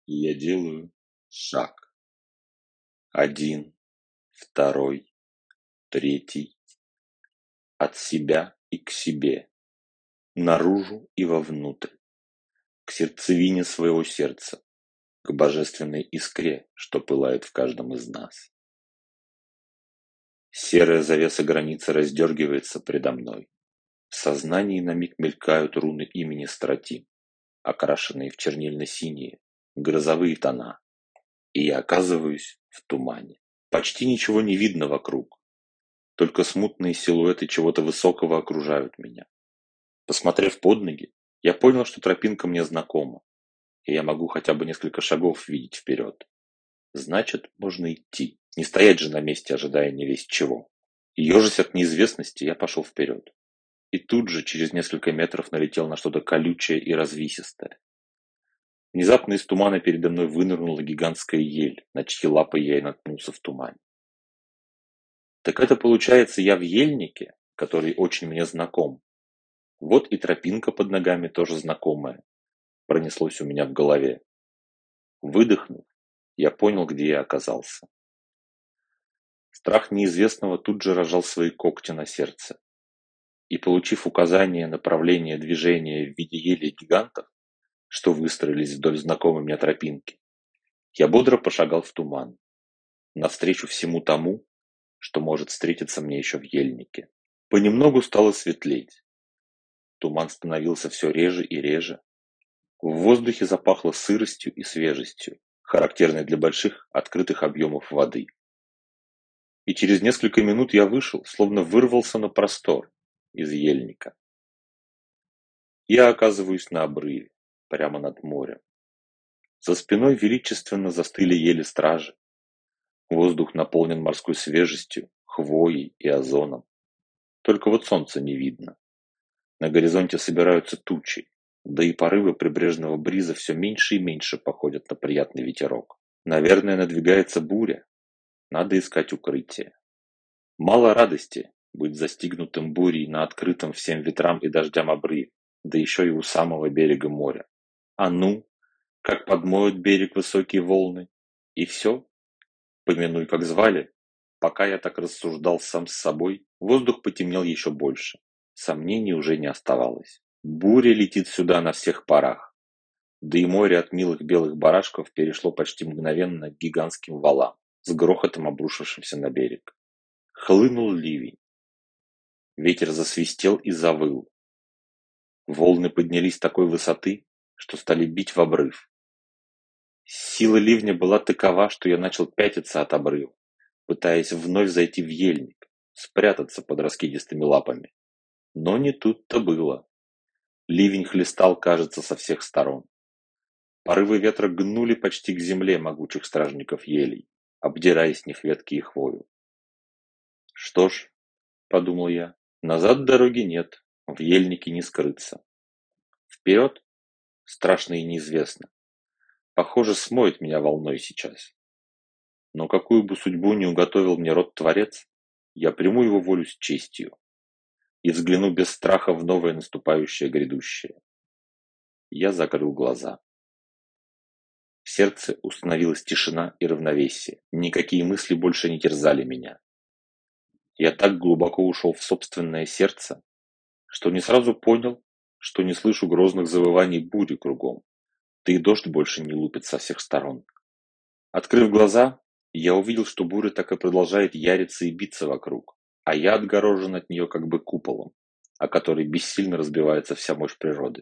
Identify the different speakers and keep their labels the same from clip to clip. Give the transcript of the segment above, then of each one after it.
Speaker 1: И я делаю шаг. 1, 2, 3. От себя и к себе, наружу и вовнутрь, к сердцевине своего сердца, к божественной искре, что пылает в каждом из нас. Серая завеса границы раздергивается предо мной. В сознании на миг мелькают руны имени Стратим, окрашенные в чернильно-синие, грозовые тона, и я оказываюсь в тумане. Почти ничего не видно вокруг, только смутные силуэты чего-то высокого окружают меня. Посмотрев под ноги, я понял, что тропинка мне знакома, и я могу хотя бы несколько шагов видеть вперед. Значит, можно идти, не стоять же на месте, ожидая невесть чего. И ежась от неизвестности, я пошел вперед. И тут же, через несколько метров, налетел на что-то колючее и развисистое. Внезапно из тумана передо мной вынырнула гигантская ель, на чьи лапы я и наткнулся в тумане. Так это получается, я в ельнике, который очень мне знаком. Вот и тропинка под ногами тоже знакомая, пронеслось у меня в голове. Выдохнув, я понял, где я оказался. Страх неизвестного тут же рожал свои когти на сердце. И, получив указание направления движения в виде ели гигантов, что выстроились вдоль знакомой мне тропинки, я бодро пошагал в туман, навстречу всему тому, что может встретиться мне еще в ельнике. Понемногу стало светлеть. Туман становился все реже и реже. В воздухе запахло сыростью и свежестью, характерной для больших открытых объемов воды. И через несколько минут я вышел, словно вырвался на простор из ельника. Я оказываюсь на обрыве, прямо над морем. За спиной величественно застыли ели стражи. Воздух наполнен морской свежестью, хвоей и озоном. Только вот солнца не видно. На горизонте собираются тучи, да и порывы прибрежного бриза все меньше и меньше походят на приятный ветерок. Наверное, надвигается буря. Надо искать укрытие. Мало радости быть застигнутым бурей на открытом всем ветрам и дождям обрыве, да еще и у самого берега моря. А ну, как подмоют берег высокие волны. И все, помянуй, как звали. Пока я так рассуждал сам с собой, воздух потемнел еще больше. Сомнений уже не оставалось. Буря летит сюда на всех парах. Да и море от милых белых барашков перешло почти мгновенно к гигантским валам, с грохотом обрушившимся на берег. Хлынул ливень. Ветер засвистел и завыл. Волны поднялись с такой высоты, что стали бить в обрыв. Сила ливня была такова, что я начал пятиться от обрыва, пытаясь вновь зайти в ельник, спрятаться под раскидистыми лапами. Но не тут-то было. Ливень хлестал, кажется, со всех сторон. Порывы ветра гнули почти к земле могучих стражников елей, обдирая с них ветки и хвою. Что ж, подумал я, назад дороги нет, в ельнике не скрыться. Вперед? Страшно и неизвестно. Похоже, смоет меня волной сейчас. Но какую бы судьбу ни уготовил мне род Творец, я приму его волю с честью и взгляну без страха в новое наступающее грядущее. Я закрыл глаза. В сердце установилась тишина и равновесие. Никакие мысли больше не терзали меня. Я так глубоко ушел в собственное сердце, что не сразу понял, что не слышу грозных завываний бури кругом, да и дождь больше не лупит со всех сторон. Открыв глаза, я увидел, что буря так и продолжает яриться и биться вокруг, а я отгорожен от нее как бы куполом, о который бессильно разбивается вся мощь природы.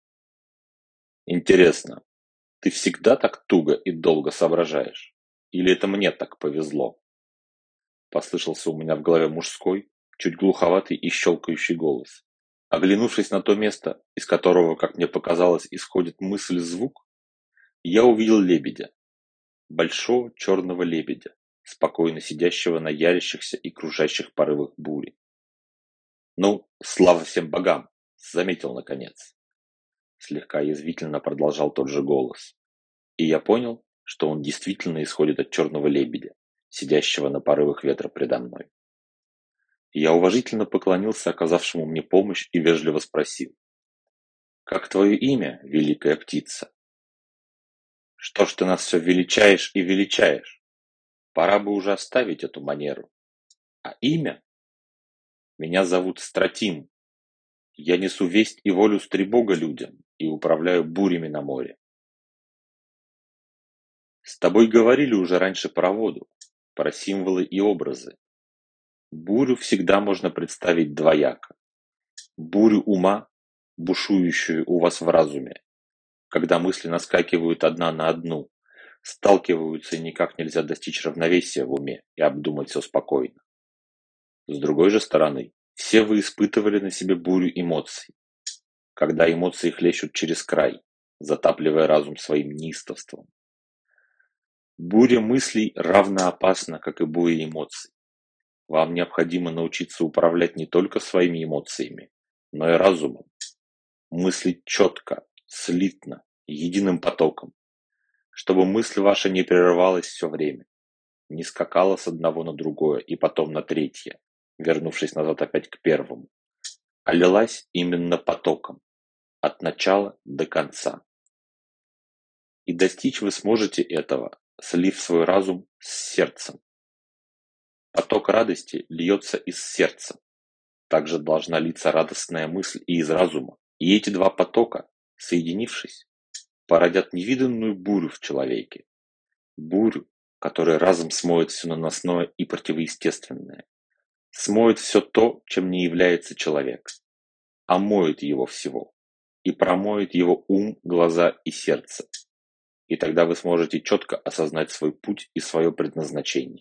Speaker 1: Интересно, ты всегда так туго и долго соображаешь? Или это мне так повезло? Послышался у меня в голове мужской, чуть глуховатый и щелкающий голос. Оглянувшись на то место, из которого, как мне показалось, исходит мысль-звук, я увидел лебедя. Большого черного лебедя, спокойно сидящего на ярящихся и кружащих порывах бури. «Ну, слава всем богам!» — заметил наконец. Слегка язвительно продолжал тот же голос. И я понял, что он действительно исходит от черного лебедя, сидящего на порывах ветра предо мной. Я уважительно поклонился оказавшему мне помощь и вежливо спросил: «Как твое имя, великая птица?» Что ж ты нас все величаешь и величаешь? Пора бы уже оставить эту манеру. А имя? Меня зовут Стратим. Я несу весть и волю Стребога людям и управляю бурями на море. С тобой говорили уже раньше про воду, про символы и образы. Бурю всегда можно представить двояко. Бурю ума, бушующую у вас в разуме, когда мысли наскакивают одна на одну, сталкиваются и никак нельзя достичь равновесия в уме и обдумать все спокойно. С другой же стороны, все вы испытывали на себе бурю эмоций, когда эмоции хлещут через край, затапливая разум своим неистовством. Буря мыслей равно опасна, как и буря эмоций. Вам необходимо научиться управлять не только своими эмоциями, но и разумом, мыслить четко, слитно, единым потоком, чтобы мысль ваша не прерывалась все время, не скакала с одного на другое и потом на третье, вернувшись назад опять к первому, а лилась именно потоком, от начала до конца. И достичь вы сможете этого, слив свой разум с сердцем. Поток радости льется из сердца. Также должна литься радостная мысль и из разума. И эти два потока, соединившись, породят невиданную бурю в человеке. Бурю, которая разом смоет все наносное и противоестественное. Смоет все то, чем не является человек. Омоет его всего. И промоет его ум, глаза и сердце. И тогда вы сможете четко осознать свой путь и свое предназначение.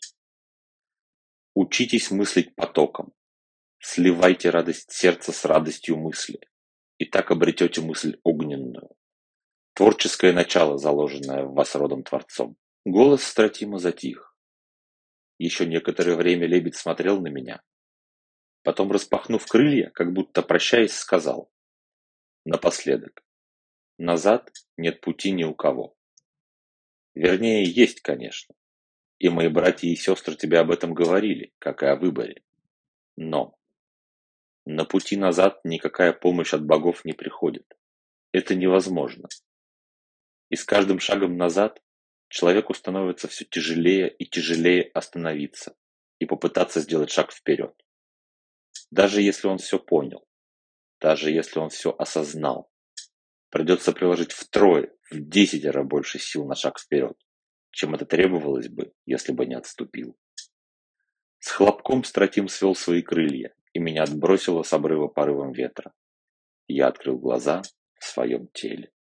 Speaker 1: Учитесь мыслить потоком. Сливайте радость сердца с радостью мысли. И так обретете мысль огненную. Творческое начало, заложенное в вас родом Творцом. Голос Стратима затих. Еще некоторое время лебедь смотрел на меня. Потом, распахнув крылья, как будто прощаясь, сказал. Напоследок. Назад нет пути ни у кого. Вернее, есть, конечно. И мои братья и сестры тебе об этом говорили, как и о выборе. Но на пути назад никакая помощь от богов не приходит. Это невозможно. И с каждым шагом назад человеку становится все тяжелее и тяжелее остановиться и попытаться сделать шаг вперед. Даже если он все понял, даже если он все осознал, придется приложить втрое, в 10 раз больше сил на шаг вперед, чем это требовалось бы, если бы не отступил. С хлопком Стратим свел свои крылья, и меня отбросило с обрыва порывом ветра. Я открыл глаза в своем теле.